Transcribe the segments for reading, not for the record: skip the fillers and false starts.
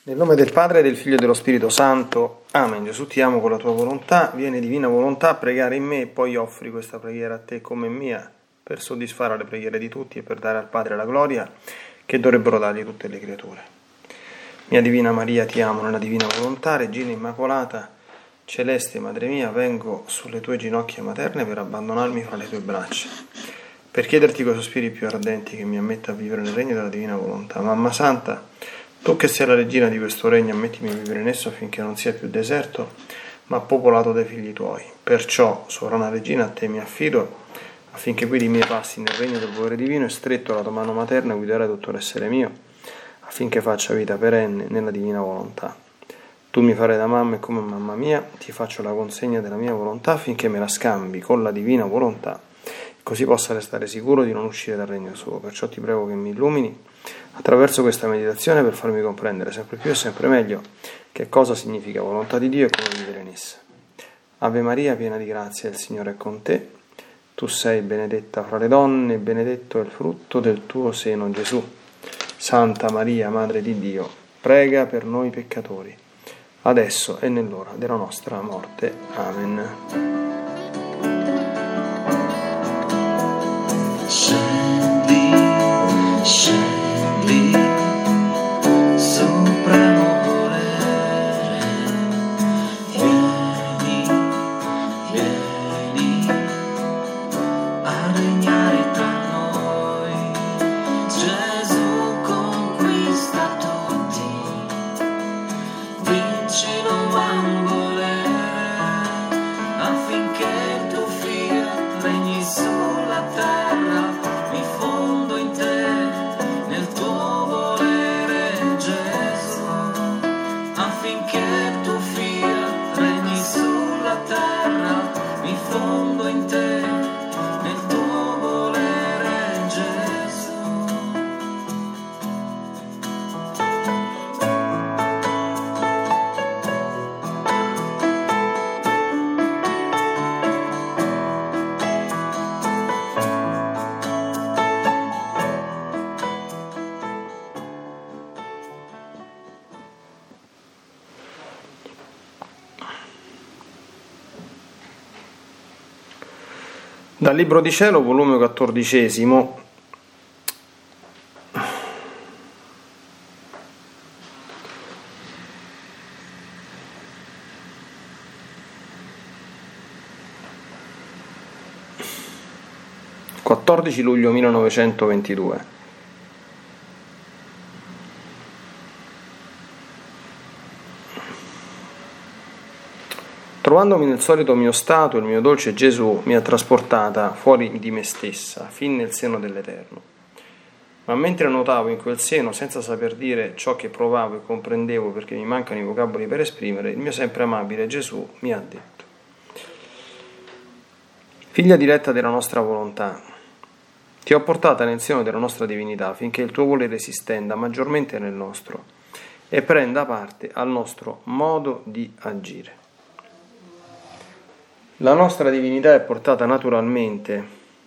Nel nome del Padre, del Figlio e dello Spirito Santo. Amen. Gesù, ti amo con la tua volontà, viene divina volontà a pregare in me e poi offri questa preghiera a te come mia per soddisfare le preghiere di tutti e per dare al Padre la gloria che dovrebbero dargli tutte le creature. Mia Divina Maria, ti amo nella divina volontà, Regina Immacolata, Celeste Madre mia, vengo sulle tue ginocchia materne per abbandonarmi fra le tue braccia, per chiederti coi sospiri più ardenti che mi ammetta a vivere nel regno della divina volontà. Mamma Santa, tu che sei la regina di questo regno, ammettimi a vivere in esso affinché non sia più deserto, ma popolato dai figli tuoi. Perciò, sovrana regina, a te mi affido, affinché guidi i miei passi nel regno del volere divino e stretto la tua mano materna guiderai tutto l'essere mio, affinché faccia vita perenne nella divina volontà. Tu mi farai da mamma e come mamma mia ti faccio la consegna della mia volontà affinché me la scambi con la divina volontà, così possa restare sicuro di non uscire dal regno suo. Perciò ti prego che mi illumini attraverso questa meditazione per farmi comprendere sempre più e sempre meglio che cosa significa volontà di Dio e come vivere in essa. Ave Maria, piena di grazia, il Signore è con te. Tu sei benedetta fra le donne e benedetto è il frutto del tuo seno, Gesù. Santa Maria, Madre di Dio, prega per noi peccatori, adesso e nell'ora della nostra morte. Amen. Scendi, supremo volere, vieni a regnare tra noi. Gesù conquista tutti, vinci non van volere, affinché il tuo fiat regni sulla terra. Mi fondo in te, nel tuo volere, Gesù, affinché il tuo fiat regni sulla terra. Mi fondo in te, nel tuo volere, Gesù. Dal Libro di Cielo, volume 14, (14 luglio 1922). Trovandomi nel solito mio stato, il mio dolce Gesù mi ha trasportata fuori di me stessa, fin nel seno dell'Eterno. Ma mentre nuotavo in quel seno, senza saper dire ciò che provavo e comprendevo perché mi mancano i vocaboli per esprimere, il mio sempre amabile Gesù mi ha detto: Figlia diretta della nostra volontà, ti ho portata nel seno della nostra divinità affinché il tuo volere si stenda maggiormente nel nostro e prenda parte al nostro modo di agire. La nostra divinità è portata naturalmente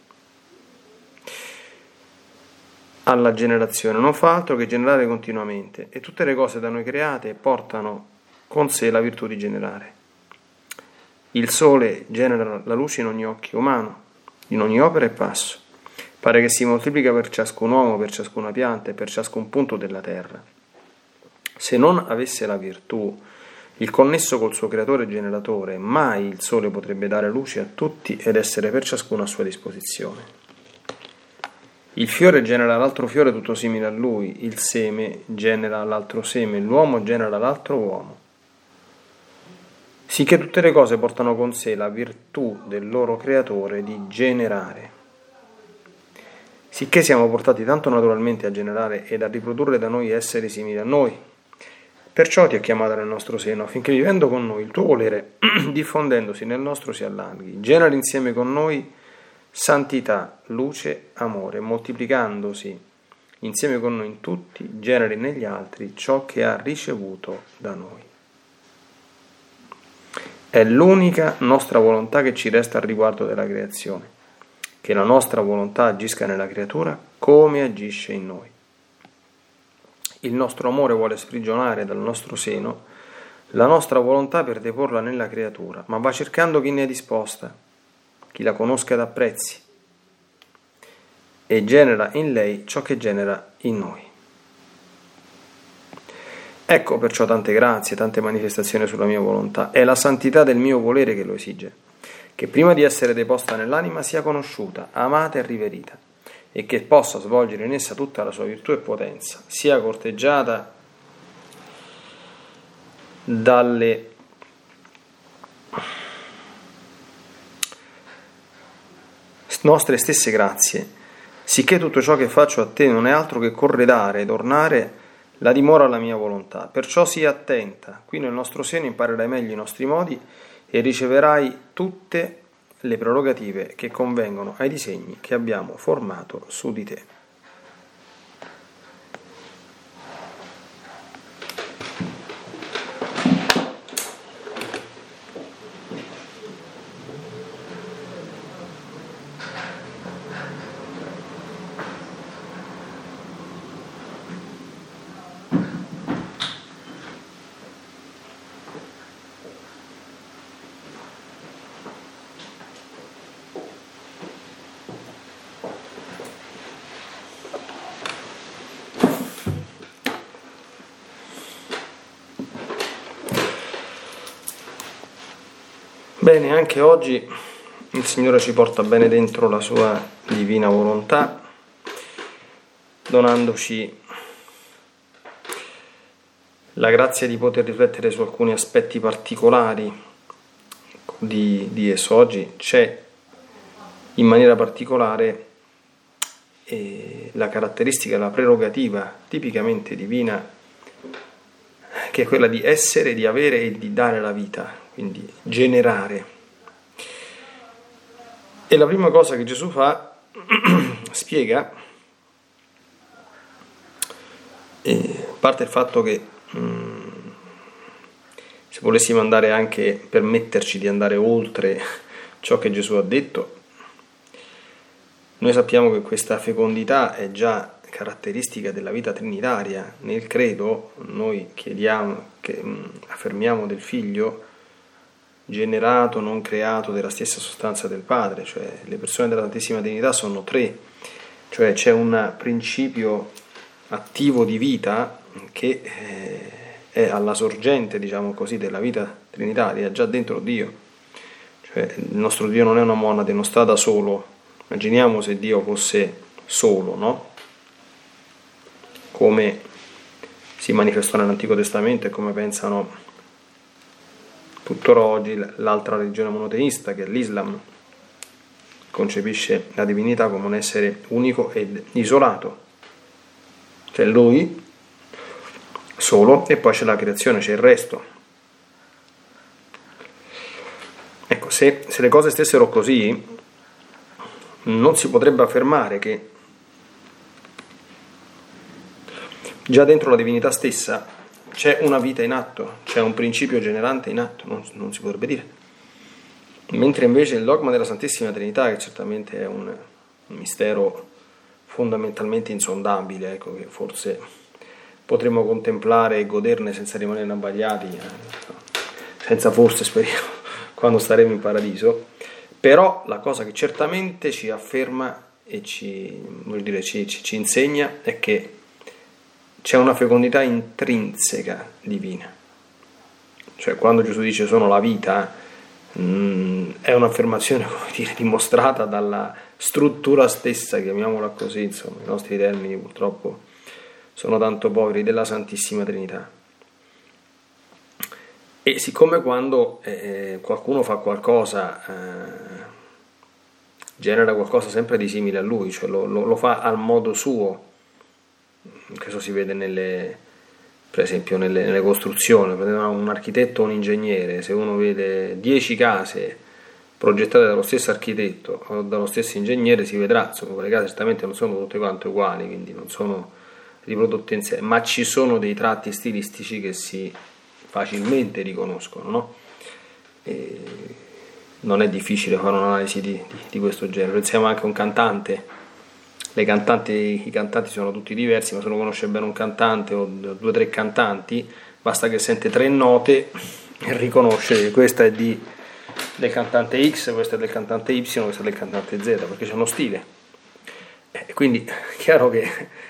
alla generazione, non fa altro che generare continuamente, e tutte le cose da noi create portano con sé la virtù di generare. Il sole genera la luce in ogni occhio umano, in ogni opera e passo. Pare che si moltiplica per ciascun uomo, per ciascuna pianta e per ciascun punto della terra. Se non avesse la virtù, il connesso col suo creatore e generatore, mai il sole potrebbe dare luce a tutti ed essere per ciascuno a sua disposizione. Il fiore genera l'altro fiore tutto simile a lui, il seme genera l'altro seme, l'uomo genera l'altro uomo. Sicché tutte le cose portano con sé la virtù del loro creatore di generare. Sicché siamo portati tanto naturalmente a generare ed a riprodurre da noi esseri simili a noi. Perciò ti ha chiamato nel nostro seno, affinché vivendo con noi il tuo volere, diffondendosi nel nostro, si allarghi. Genera insieme con noi santità, luce, amore, moltiplicandosi insieme con noi in tutti, generi negli altri ciò che ha ricevuto da noi. È l'unica nostra volontà che ci resta al riguardo della creazione, che la nostra volontà agisca nella creatura come agisce in noi. il nostro amore vuole sprigionare dal nostro seno la nostra volontà per deporla nella creatura, ma va cercando chi ne è disposta, chi la conosca ed apprezzi, e genera in lei ciò che genera in noi. Ecco perciò tante grazie, tante manifestazioni sulla mia volontà. È la santità del mio volere che lo esige, che prima di essere deposta nell'anima sia conosciuta, amata e riverita, e che possa svolgere in essa tutta la sua virtù e potenza, sia corteggiata dalle nostre stesse grazie, sicché tutto ciò che faccio a te non è altro che corredare ed ornare la dimora alla mia volontà. Perciò sii attenta, qui nel nostro seno imparerai meglio i nostri modi e riceverai tutte le prerogative che convengono ai disegni che abbiamo formato su di te. Bene, anche oggi il Signore ci porta bene dentro la sua divina volontà, donandoci la grazia di poter riflettere su alcuni aspetti particolari di esso. Oggi c'è in maniera particolare la caratteristica, la prerogativa tipicamente divina, che è quella di essere, di avere e di dare la vita, quindi generare. E la prima cosa che Gesù fa, spiega, parte il fatto che se volessimo andare anche, permetterci di andare oltre ciò che Gesù ha detto, noi sappiamo che questa fecondità è già caratteristica della vita trinitaria. Nel credo noi affermiamo del Figlio generato, non creato, della stessa sostanza del Padre, cioè le persone della Santissima Trinità sono tre, cioè c'è un principio attivo di vita che è alla sorgente, diciamo così, della vita trinitaria, già dentro Dio. Cioè il nostro Dio non è una monade, non sta da solo. Immaginiamo se Dio fosse solo, no? Come si manifestò nell'Antico Testamento e come pensano tuttora oggi l'altra religione monoteista, che è l'Islam, concepisce la divinità come un essere unico ed isolato. C'è Lui solo e poi c'è la creazione, c'è il resto. Ecco, se le cose stessero così, non si potrebbe affermare che già dentro la divinità stessa c'è una vita in atto, c'è un principio generante in atto, non si potrebbe dire. Mentre invece il dogma della Santissima Trinità, che certamente è un mistero fondamentalmente insondabile, ecco, che forse potremmo contemplare e goderne senza rimanere abbagliati, senza forse, speriamo, quando staremo in paradiso, però la cosa che certamente ci afferma e ci insegna è che c'è una fecondità intrinseca divina. Cioè quando Gesù dice sono la vita, è un'affermazione, come dire, dimostrata dalla struttura stessa, chiamiamola così, insomma, i nostri termini purtroppo sono tanto poveri, della Santissima Trinità. E siccome quando qualcuno fa qualcosa, genera qualcosa sempre di simile a lui, cioè lo fa al modo suo, questo si vede per esempio nelle costruzioni. Un architetto o un ingegnere, se uno vede 10 case progettate dallo stesso architetto o dallo stesso ingegnere, si vedrà, insomma, quelle case certamente non sono tutte quante uguali, quindi non sono riprodotte insieme, ma ci sono dei tratti stilistici che si facilmente riconoscono, no? E non è difficile fare un'analisi di questo genere. Pensiamo anche a un cantante i cantanti sono tutti diversi, ma se uno conosce bene un cantante o 2 o 3 cantanti, basta che sente 3 note e riconosce che questa è del cantante X, questa è del cantante Y, questa è del cantante Z, perché c'è uno stile. Quindi è chiaro che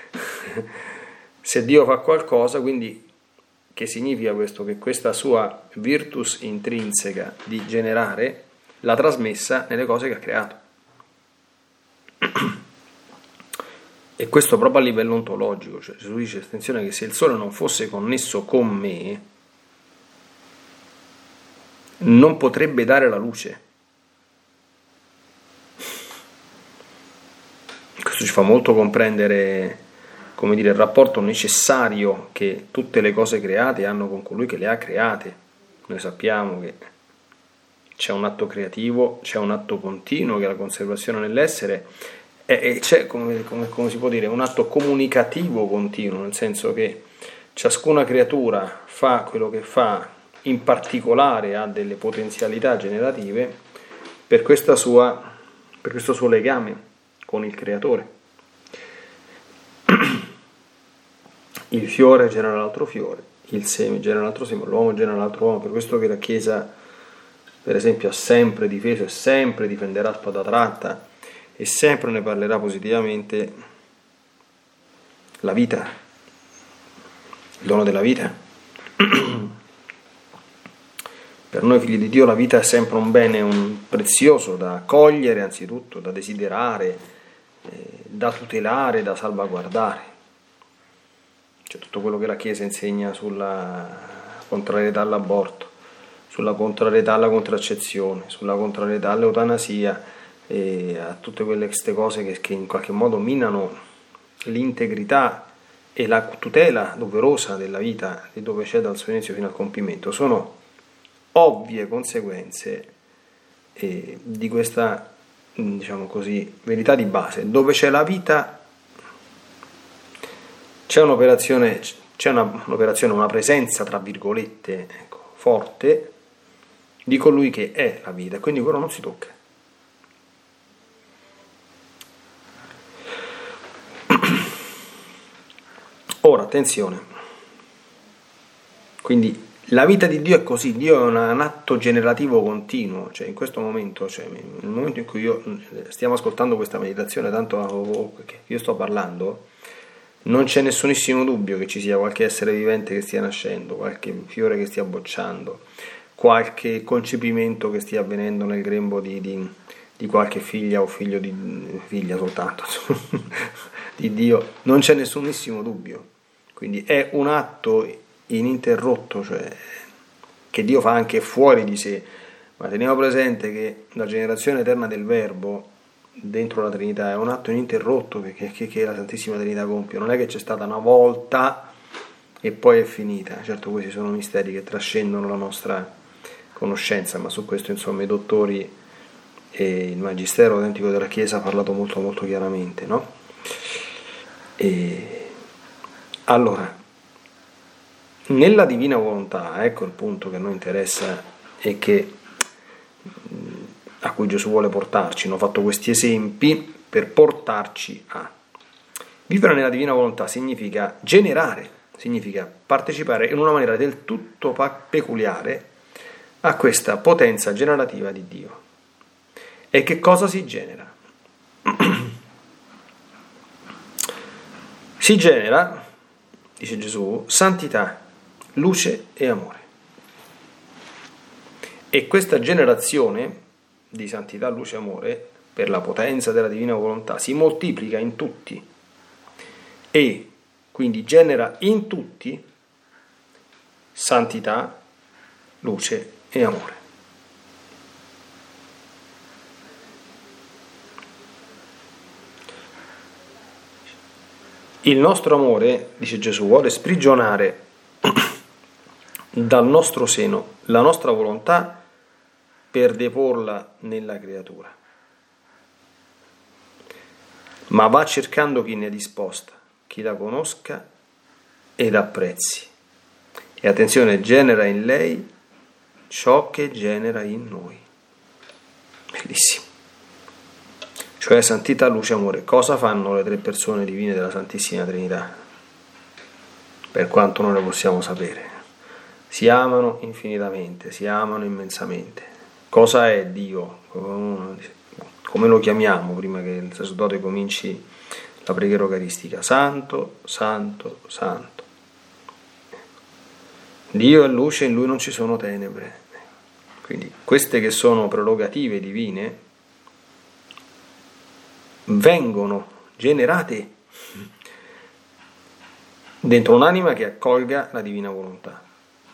se Dio fa qualcosa, quindi che significa questo? Che questa sua virtus intrinseca di generare l'ha trasmessa nelle cose che ha creato. E questo proprio a livello ontologico, cioè Gesù dice, attenzione, che se il sole non fosse connesso con me, non potrebbe dare la luce. Questo ci fa molto comprendere, come dire, il rapporto necessario che tutte le cose create hanno con colui che le ha create. Noi sappiamo che c'è un atto creativo, c'è un atto continuo che è la conservazione nell'essere, e c'è, come si può dire, un atto comunicativo continuo, nel senso che ciascuna creatura fa quello che fa, in particolare ha delle potenzialità generative per questo suo legame con il creatore. Il fiore genera l'altro fiore, il seme genera l'altro seme, l'uomo genera l'altro uomo. Per questo che la Chiesa, per esempio, ha sempre difeso e sempre difenderà a spada tratta e sempre ne parlerà positivamente la vita, il dono della vita. Per noi figli di Dio la vita è sempre un bene prezioso da cogliere, anzitutto, da desiderare, da tutelare, da salvaguardare. Cioè tutto quello che la Chiesa insegna sulla contrarietà all'aborto, sulla contrarietà alla contraccezione, sulla contrarietà all'eutanasia, e a tutte queste cose che in qualche modo minano l'integrità e la tutela doverosa della vita, di dove c'è dal suo inizio fino al compimento, sono ovvie conseguenze di questa, diciamo così, verità di base. Dove c'è la vita c'è un'operazione, una presenza, tra virgolette, ecco, forte di colui che è la vita, quindi quello non si tocca. Ora, attenzione, quindi la vita di Dio è così, Dio è un atto generativo continuo, cioè in questo momento, cioè nel momento in cui stiamo ascoltando questa meditazione, tanto che io sto parlando, non c'è nessunissimo dubbio che ci sia qualche essere vivente che stia nascendo, qualche fiore che stia bocciando, qualche concepimento che stia avvenendo nel grembo di qualche figlia o figlio di figlia soltanto di Dio, non c'è nessunissimo dubbio. Quindi è un atto ininterrotto, cioè che Dio fa anche fuori di sé, ma teniamo presente che la generazione eterna del Verbo dentro la Trinità è un atto ininterrotto che la Santissima Trinità compie, non è che c'è stata una volta e poi è finita. Certo, questi sono misteri che trascendono la nostra conoscenza, ma su questo insomma i dottori e il Magistero autentico della Chiesa ha parlato molto molto chiaramente, no? Allora, nella divina volontà, ecco il punto che a noi interessa e a cui Gesù vuole portarci. Ho fatto questi esempi per portarci a vivere nella divina volontà. Significa generare, significa partecipare in una maniera del tutto peculiare a questa potenza generativa di Dio. E che cosa si genera? Si genera, dice Gesù, santità, luce e amore. E questa generazione di santità, luce e amore, per la potenza della divina volontà, si moltiplica in tutti e quindi genera in tutti santità, luce e amore. Il nostro amore, dice Gesù, vuole sprigionare dal nostro seno la nostra volontà per deporla nella creatura, ma va cercando chi ne è disposta, chi la conosca ed apprezzi. E attenzione, genera in lei ciò che genera in noi. Bellissimo. cioè santità, luce, amore. Cosa fanno le tre persone divine della Santissima Trinità? Per quanto non le possiamo sapere. Si amano infinitamente, si amano immensamente. Cosa è Dio? Come lo chiamiamo prima che il sacerdote cominci la preghiera eucaristica? Santo, santo, santo. Dio è luce, in Lui non ci sono tenebre. Quindi queste che sono prerogative divine vengono generate dentro un'anima che accolga la divina volontà.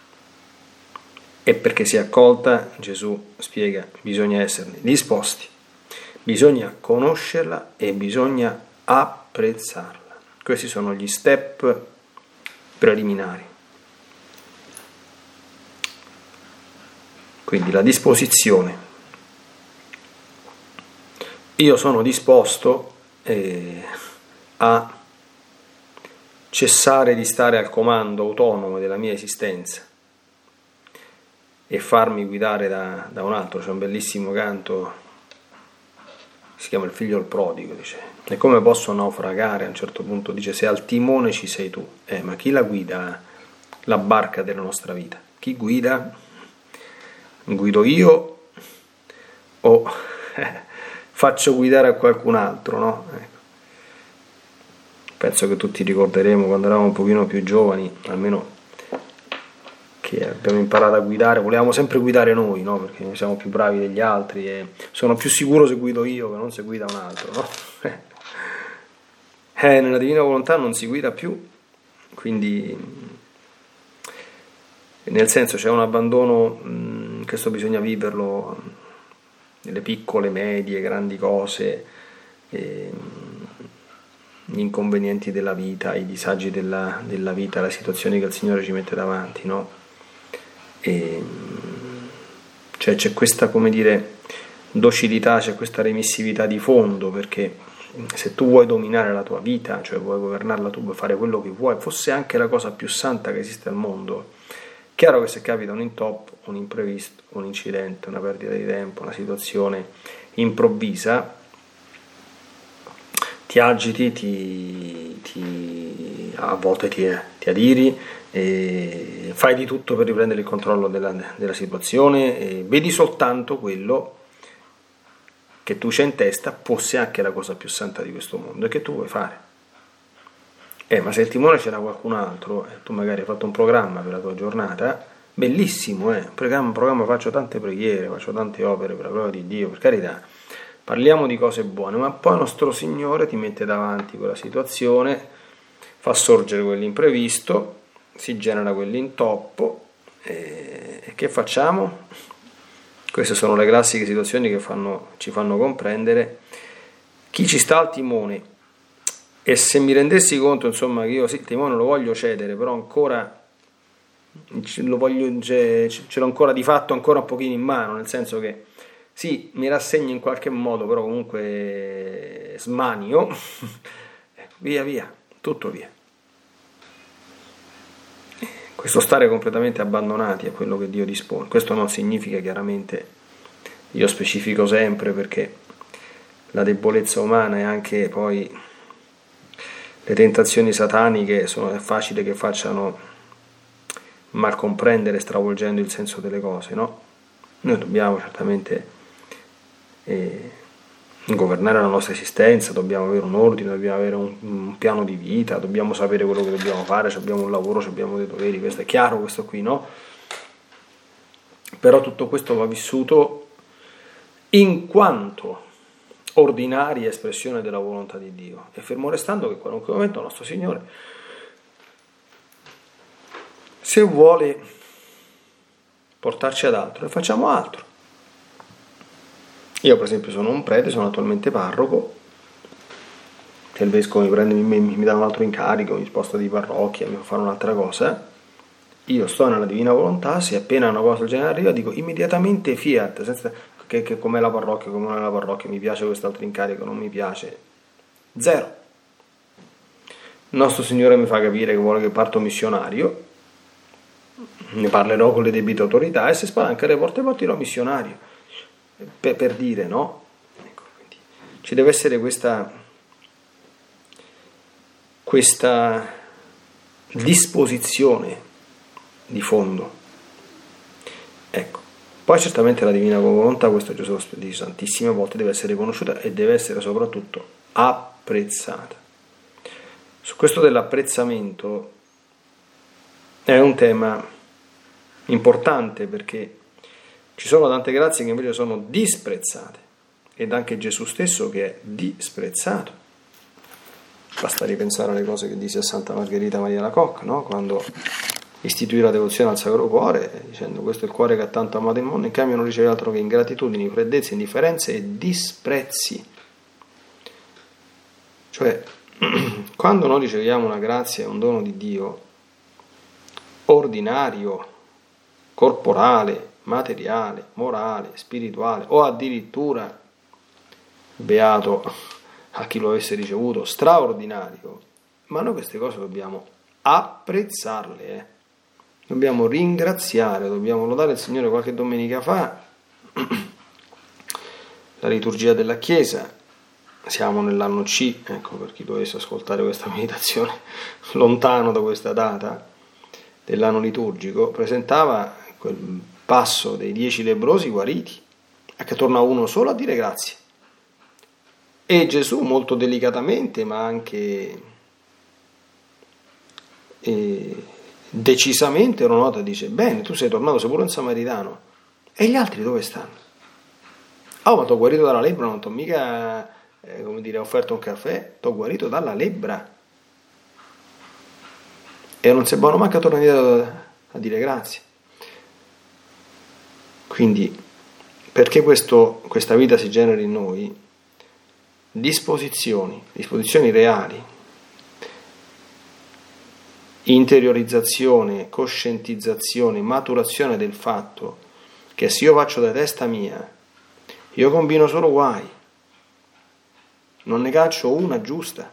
E perché sia accolta, Gesù spiega, bisogna esserne disposti, bisogna conoscerla e bisogna apprezzarla. Questi sono gli step preliminari. Quindi la disposizione. Io sono disposto a cessare di stare al comando autonomo della mia esistenza e farmi guidare da un altro. C'è un bellissimo canto, si chiama Il figlio del prodigo, dice: e come posso naufragare? A un certo punto dice: se al timone ci sei tu. Ma chi la guida la barca della nostra vita? Chi guida? Guido io o faccio guidare a qualcun altro, no? Ecco. Penso che tutti ricorderemo quando eravamo un pochino più giovani, almeno che abbiamo imparato a guidare, volevamo sempre guidare noi, no? Perché noi siamo più bravi degli altri e sono più sicuro se guido io che non se guida un altro, no? Nella divina volontà non si guida più, quindi nel senso c'è un abbandono, questo bisogna viverlo nelle piccole, medie, grandi cose, gli inconvenienti della vita, i disagi della vita, le situazioni che il Signore ci mette davanti, no? Cioè c'è questa, come dire, docilità, c'è questa remissività di fondo, perché se tu vuoi dominare la tua vita, cioè vuoi governarla tu, vuoi fare quello che vuoi, fosse anche la cosa più santa che esiste al mondo, chiaro che se capita un intoppo, un imprevisto, un incidente, una perdita di tempo, una situazione improvvisa, ti agiti, a volte ti adiri, e fai di tutto per riprendere il controllo della situazione, e vedi soltanto quello che tu c'hai in testa, fosse anche la cosa più santa di questo mondo, e che tu vuoi fare. Ma se il timone c'era qualcun altro, tu magari hai fatto un programma per la tua giornata, bellissimo, programma, faccio tante preghiere, faccio tante opere per la gloria di Dio, per carità, parliamo di cose buone, ma poi nostro Signore ti mette davanti quella situazione, fa sorgere quell'imprevisto, si genera quell'intoppo, e che facciamo? Queste sono le classiche situazioni che ci fanno comprendere chi ci sta al timone. E se mi rendessi conto, insomma, che io sì, il timone lo voglio cedere, però ancora ce l'ho ancora di fatto ancora un pochino in mano, nel senso che sì, mi rassegno in qualche modo, però comunque smanio, via, tutto via. Questo stare completamente abbandonati a quello che Dio dispone. Questo non significa, chiaramente, io specifico sempre, perché la debolezza umana e anche poi le tentazioni sataniche è facile che facciano mal comprendere, stravolgendo il senso delle cose, no? Noi dobbiamo certamente governare la nostra esistenza, dobbiamo avere un ordine, dobbiamo avere un piano di vita, dobbiamo sapere quello che dobbiamo fare, abbiamo un lavoro, abbiamo dei doveri, questo è chiaro, questo qui, no? Però tutto questo va vissuto in quanto ordinaria espressione della volontà di Dio, e fermo restando che in qualunque momento il nostro Signore, se vuole portarci ad altro, e facciamo altro. Io per esempio sono un prete, sono attualmente parroco, se il vescovo mi prende, mi dà un altro incarico, mi sposta di parrocchia, mi fa fare un'altra cosa, io sto nella divina volontà. Se appena una cosa del genere arriva dico immediatamente fiat, senza che com'è la parrocchia, come non è la parrocchia, mi piace quest'altro incarico, non mi piace, zero. Il nostro Signore mi fa capire che vuole che parto missionario, ne parlerò con le debite autorità, e se spalanca le porte partirò missionario, per dire, no? Ecco, quindi ci deve essere questa disposizione di fondo. Ecco, poi certamente la divina volontà, questo Gesù lo dice tantissime volte, deve essere conosciuta e deve essere soprattutto apprezzata. Su questo dell'apprezzamento è un tema importante, perché ci sono tante grazie che invece sono disprezzate, ed anche Gesù stesso che è disprezzato. Basta ripensare alle cose che disse a Santa Margherita Maria Alacoque, no? Quando istituì la devozione al Sacro Cuore, dicendo: questo è il cuore che ha tanto amato il mondo, in cambio non riceve altro che ingratitudini, freddezze, indifferenze e disprezzi. Cioè, quando noi riceviamo una grazia, un dono di Dio, ordinario, corporale, materiale, morale, spirituale, o addirittura, beato a chi lo avesse ricevuto, straordinario, ma noi queste cose dobbiamo apprezzarle, dobbiamo ringraziare, dobbiamo lodare il Signore. Qualche domenica fa, la liturgia della Chiesa, siamo nell'anno C, ecco, per chi dovesse ascoltare questa meditazione lontano da questa data dell'anno liturgico, presentava quel passo dei 10 lebbrosi guariti, a che torna uno solo a dire grazie. E Gesù molto delicatamente, ma anche decisamente, lo nota, dice: bene, tu sei tornato, sei pure un samaritano, e gli altri dove stanno? Oh, ma t'ho guarito dalla lebbra, non t'ho mica offerto un caffè, t'ho guarito dalla lebbra, e non sei buono manco a tornare indietro a dire grazie. Quindi, perché questa vita si genera in noi, disposizioni reali, interiorizzazione, coscientizzazione, maturazione del fatto che se io faccio da testa mia, io combino solo guai, non ne caccio una giusta.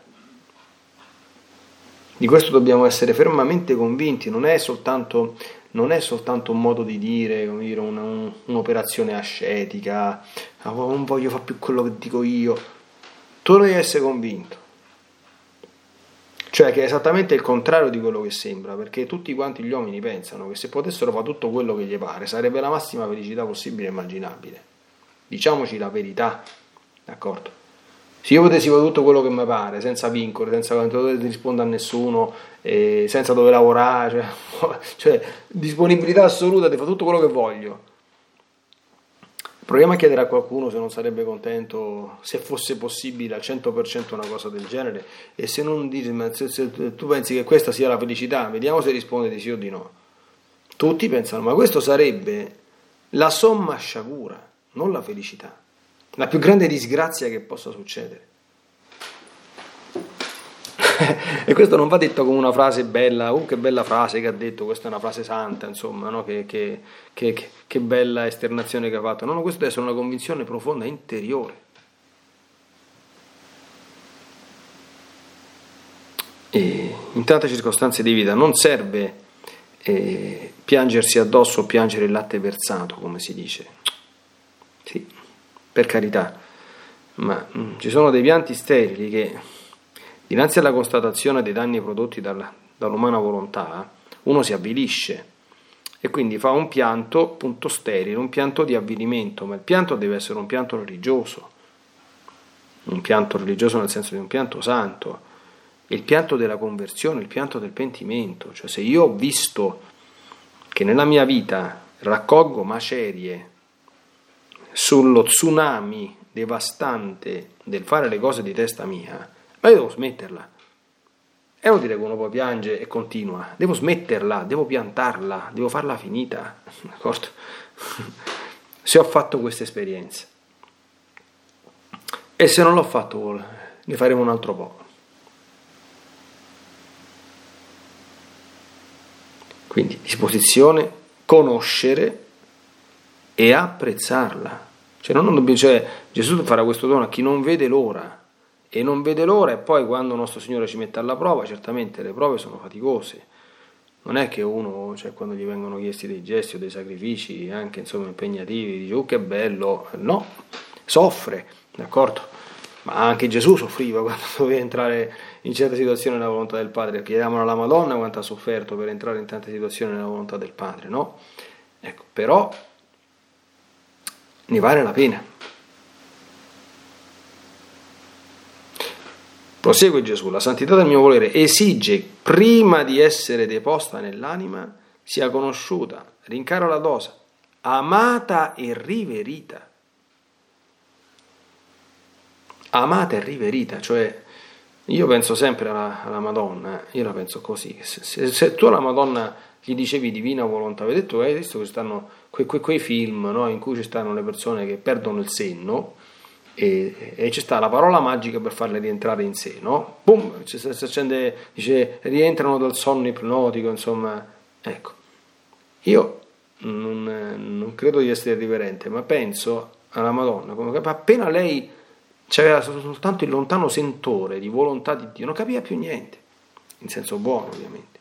Di questo dobbiamo essere fermamente convinti. Non è soltanto un modo di dire, come dire, un'operazione ascetica, non voglio fare più quello che dico io. Tu devi essere convinto, cioè che è esattamente il contrario di quello che sembra, perché tutti quanti gli uomini pensano che se potessero fare tutto quello che gli pare sarebbe la massima felicità possibile e immaginabile. Diciamoci la verità, d'accordo? Se io potessi fare tutto quello che mi pare, senza vincoli, senza dover rispondere a nessuno, senza dover lavorare, cioè disponibilità assoluta di fare tutto quello che voglio. Proviamo a chiedere a qualcuno se non sarebbe contento, se fosse possibile al 100% una cosa del genere, e se non dici, ma se tu pensi che questa sia la felicità, vediamo se risponde di sì o di no. Tutti pensano, ma questo sarebbe la somma sciagura, non la felicità, la più grande disgrazia che possa succedere. E questo non va detto come una frase bella, che bella frase che ha detto, questa è una frase santa, insomma, no? Che bella esternazione che ha fatto. No, questo deve essere una convinzione profonda, interiore. E in tante circostanze di vita non serve piangersi addosso o piangere il latte versato, come si dice. Sì, per carità, ma ci sono dei pianti sterili che, dinanzi alla constatazione dei danni prodotti dall'umana volontà, uno si avvilisce e quindi fa un pianto appunto sterile, un pianto di avvilimento, ma il pianto deve essere un pianto religioso nel senso di un pianto santo, il pianto della conversione, il pianto del pentimento. Cioè, se io ho visto che nella mia vita raccolgo macerie sullo tsunami devastante del fare le cose di testa mia, ma io devo smetterla. È inutile che uno poi piange e continua. Devo smetterla, devo piantarla, devo farla finita. D'accordo? Se ho fatto questa esperienza. E se non l'ho fatto, ne faremo un altro po'. Quindi disposizione, conoscere e apprezzarla. Cioè Gesù farà questo dono a chi non vede l'ora. E non vede l'ora, e poi quando nostro Signore ci mette alla prova, certamente le prove sono faticose. Non è che uno, quando gli vengono chiesti dei gesti o dei sacrifici, anche impegnativi, dice che bello, no, soffre, d'accordo? Ma anche Gesù soffriva quando doveva entrare in certe situazioni nella volontà del Padre. Chiediamo alla Madonna quanto ha sofferto per entrare in tante situazioni nella volontà del Padre, no? Ecco, però ne vale la pena. Prosegue Gesù: la santità del mio volere esige, prima di essere deposta nell'anima, sia conosciuta, rincaro la dosa, amata e riverita. Amata e riverita, cioè io penso sempre alla Madonna, io la penso così, se tu alla Madonna gli dicevi divina volontà, hai detto che stanno quei film, no, in cui ci stanno le persone che perdono il senno e ci sta la parola magica per farle rientrare in sé, no? Boom, si accende, dice rientrano dal sonno ipnotico, insomma, ecco. Io non credo di essere irriverente, ma penso alla Madonna come che appena lei c'aveva soltanto il lontano sentore di volontà di Dio, non capiva più niente, in senso buono ovviamente.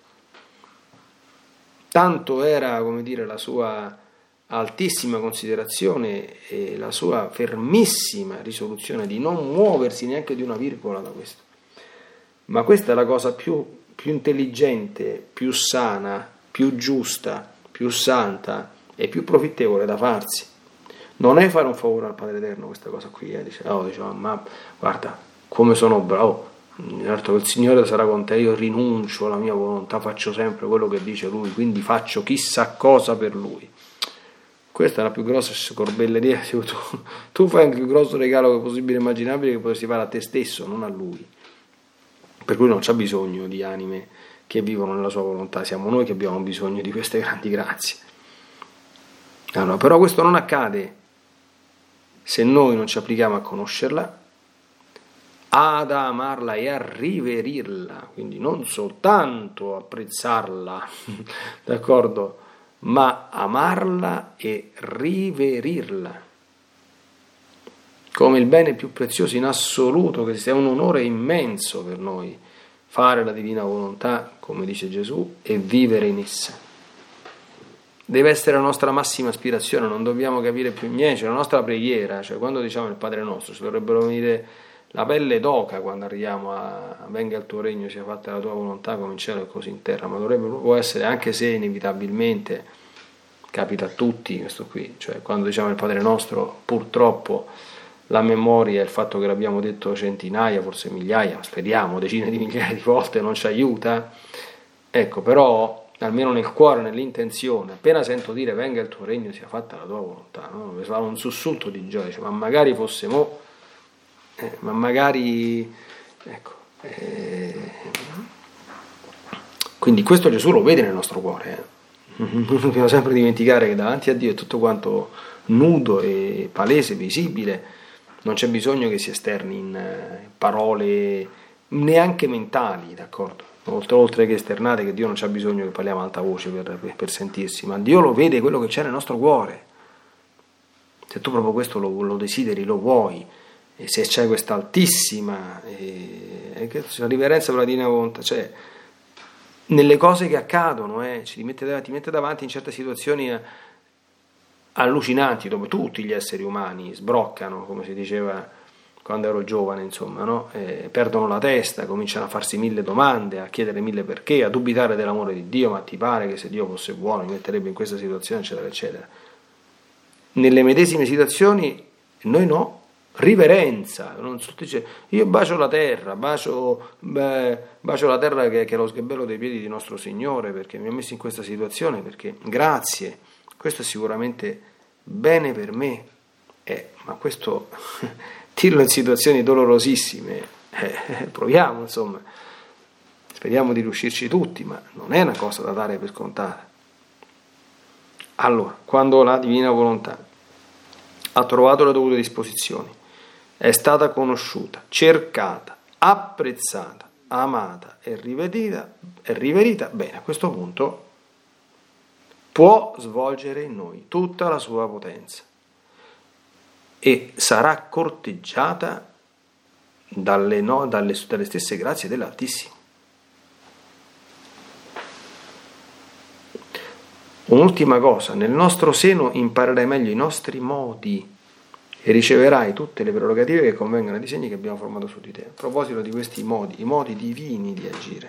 Tanto era, come dire, la sua altissima considerazione e la sua fermissima risoluzione di non muoversi neanche di una virgola da questo. Ma questa è la cosa più intelligente, più sana, più giusta, più santa e più profittevole da farsi. Non è fare un favore al Padre Eterno questa cosa qui, dice, ma guarda come sono bravo, certo che il Signore sarà con te, io rinuncio alla mia volontà, faccio sempre quello che dice Lui, quindi faccio chissà cosa per Lui. Questa è la più grossa scorbelleria. Tu fai il più grosso regalo possibile e immaginabile che potresti fare a te stesso, non a Lui. Per cui non c'ha bisogno di anime che vivono nella sua volontà, siamo noi che abbiamo bisogno di queste grandi grazie. Allora, però questo non accade se noi non ci applichiamo a conoscerla, ad amarla e a riverirla, quindi non soltanto apprezzarla, d'accordo, ma amarla e riverirla come il bene più prezioso in assoluto, che sia un onore immenso per noi fare la divina volontà, come dice Gesù, e vivere in essa. Deve essere la nostra massima aspirazione, non dobbiamo capire più niente, cioè la nostra preghiera, cioè quando diciamo il Padre nostro, ci dovrebbero venire la pelle d'oca quando arriviamo a venga il tuo regno, sia fatta la tua volontà come in cielo e così in terra, ma dovrebbe proprio essere, anche se inevitabilmente capita a tutti questo qui, cioè quando diciamo il Padre nostro, purtroppo la memoria e il fatto che l'abbiamo detto centinaia, forse migliaia, speriamo decine di migliaia di volte, non ci aiuta, ecco, però almeno nel cuore, nell'intenzione, appena sento dire venga il tuo regno, sia fatta la tua volontà, no? Mi fa un sussulto di gioia, cioè, ma magari fosse mo', ma magari, ecco, quindi questo Gesù lo vede nel nostro cuore, non dobbiamo sempre dimenticare che davanti a Dio è tutto quanto nudo e palese, visibile, non c'è bisogno che si esterni in parole neanche mentali, d'accordo? Oltre che esternate, che Dio non c'ha bisogno che parliamo a alta voce per sentirsi, ma Dio lo vede quello che c'è nel nostro cuore. Se tu proprio questo lo desideri, lo vuoi, e se c'è questa altissima riverenza per la divina volontà, cioè nelle cose che accadono, ti mette davanti in certe situazioni allucinanti dove tutti gli esseri umani sbroccano, come si diceva quando ero giovane, insomma, no? Perdono la testa, cominciano a farsi 1000 domande, a chiedere 1000 perché, a dubitare dell'amore di Dio, ma ti pare che se Dio fosse buono mi metterebbe in questa situazione, eccetera, eccetera. Nelle medesime situazioni noi no, riverenza, non so, dice, io bacio la terra, bacio la terra che è lo sgabello dei piedi di nostro Signore, perché mi ha messo in questa situazione, perché grazie, questo è sicuramente bene per me, ma questo dirlo in situazioni dolorosissime, proviamo, insomma, speriamo di riuscirci tutti, ma non è una cosa da dare per scontata. Allora, quando la divina volontà ha trovato le dovute disposizioni, è stata conosciuta, cercata, apprezzata, amata e riverita, bene, a questo punto può svolgere in noi tutta la sua potenza e sarà corteggiata dalle stesse grazie dell'Altissimo. Un'ultima cosa, nel nostro seno imparerai meglio i nostri modi e riceverai tutte le prerogative che convengono ai disegni che abbiamo formato su di te. A proposito di questi modi, i modi divini di agire.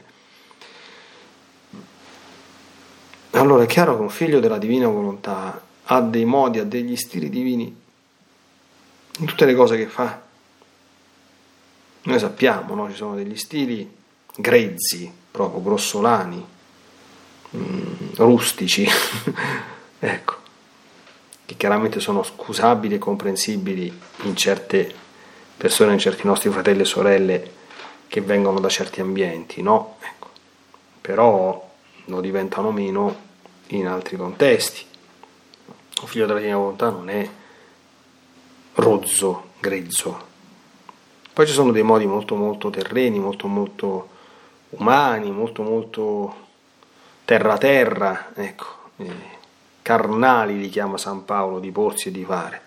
Allora è chiaro che un figlio della divina volontà ha dei modi, ha degli stili divini in tutte le cose che fa. Noi sappiamo, no? Ci sono degli stili grezzi, proprio grossolani, rustici, ecco, che chiaramente sono scusabili e comprensibili in certe persone, in certi nostri fratelli e sorelle che vengono da certi ambienti, no? Ecco. Però lo diventano meno in altri contesti. Un figlio della divina volontà non è rozzo, grezzo. Poi ci sono dei modi molto molto terreni, molto molto umani, molto molto terra, ecco, carnali li chiama San Paolo, di porsi e di fare.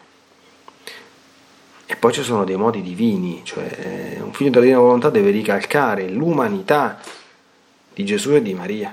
E poi ci sono dei modi divini, cioè un figlio della divina volontà deve ricalcare l'umanità di Gesù e di Maria,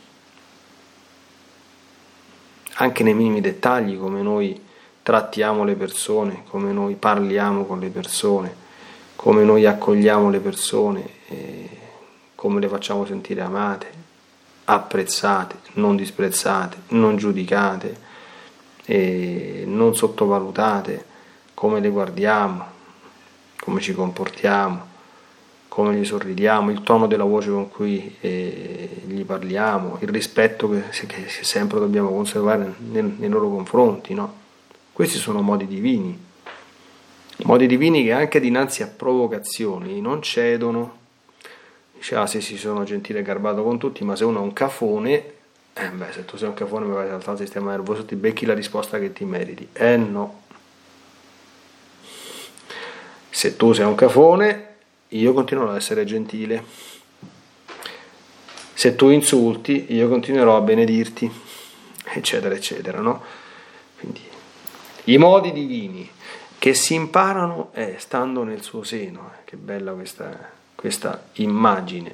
anche nei minimi dettagli, come noi trattiamo le persone, come noi parliamo con le persone, come noi accogliamo le persone, come le facciamo sentire amate, apprezzate, non disprezzate, non giudicate, non sottovalutate, come le guardiamo, come ci comportiamo, come gli sorridiamo, il tono della voce con cui gli parliamo, il rispetto che sempre dobbiamo conservare nei loro confronti, no? Questi sono modi divini che anche dinanzi a provocazioni non cedono. Dice, se si sono gentile e garbato con tutti, ma se uno è un cafone, se tu sei un cafone mi vai a saltare il sistema nervoso, ti becchi la risposta che ti meriti. No. Se tu sei un cafone, io continuerò ad essere gentile. Se tu insulti, io continuerò a benedirti, eccetera, eccetera, no? Quindi, i modi divini che si imparano stando nel suo seno. Che bella questa immagine.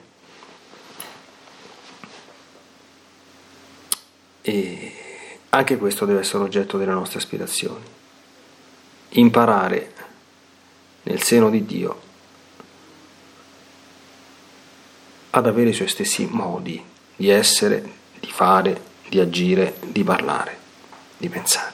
E anche questo deve essere oggetto delle nostre aspirazioni. Imparare nel seno di Dio ad avere i suoi stessi modi di essere, di fare, di agire, di parlare, di pensare.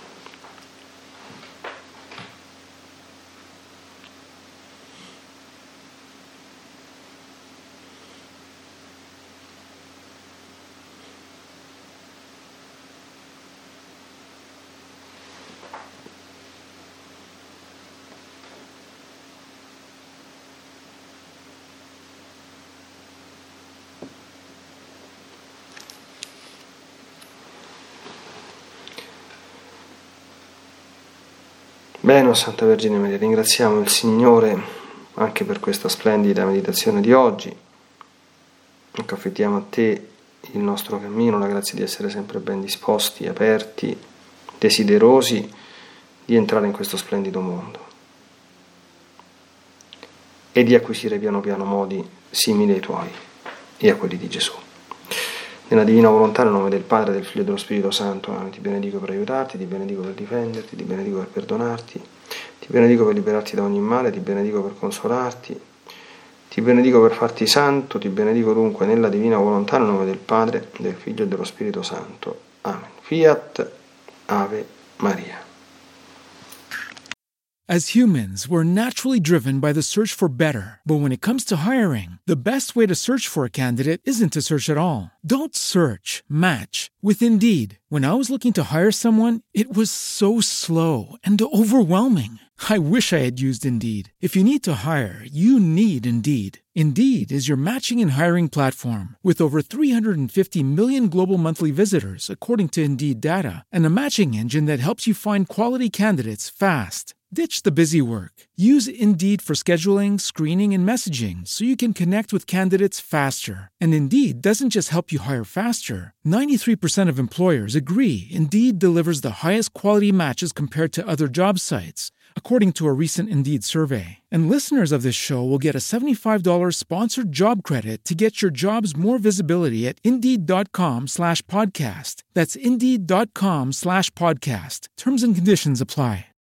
Bene, Santa Vergine Maria, ringraziamo il Signore anche per questa splendida meditazione di oggi. Affettiamo a te il nostro cammino, la grazia di essere sempre ben disposti, aperti, desiderosi di entrare in questo splendido mondo e di acquisire piano piano modi simili ai tuoi e a quelli di Gesù. Nella divina volontà, nel nome del Padre, del Figlio e dello Spirito Santo, ti benedico per aiutarti, ti benedico per difenderti, ti benedico per perdonarti, ti benedico per liberarti da ogni male, ti benedico per consolarti, ti benedico per farti santo, ti benedico dunque nella divina volontà, nel nome del Padre, del Figlio e dello Spirito Santo. Amen. Fiat Ave Maria. As humans, we're naturally driven by the search for better. But when it comes to hiring, the best way to search for a candidate isn't to search at all. Don't search, match with Indeed. When I was looking to hire someone, it was so slow and overwhelming. I wish I had used Indeed. If you need to hire, you need Indeed. Indeed is your matching and hiring platform with over 350 million global monthly visitors, according to Indeed data, and a matching engine that helps you find quality candidates fast. Ditch the busy work. Use Indeed for scheduling, screening, and messaging so you can connect with candidates faster. And Indeed doesn't just help you hire faster. 93% of employers agree Indeed delivers the highest quality matches compared to other job sites, according to a recent Indeed survey. And listeners of this show will get a $75 sponsored job credit to get your jobs more visibility at Indeed.com/podcast. That's Indeed.com/podcast. Terms and conditions apply.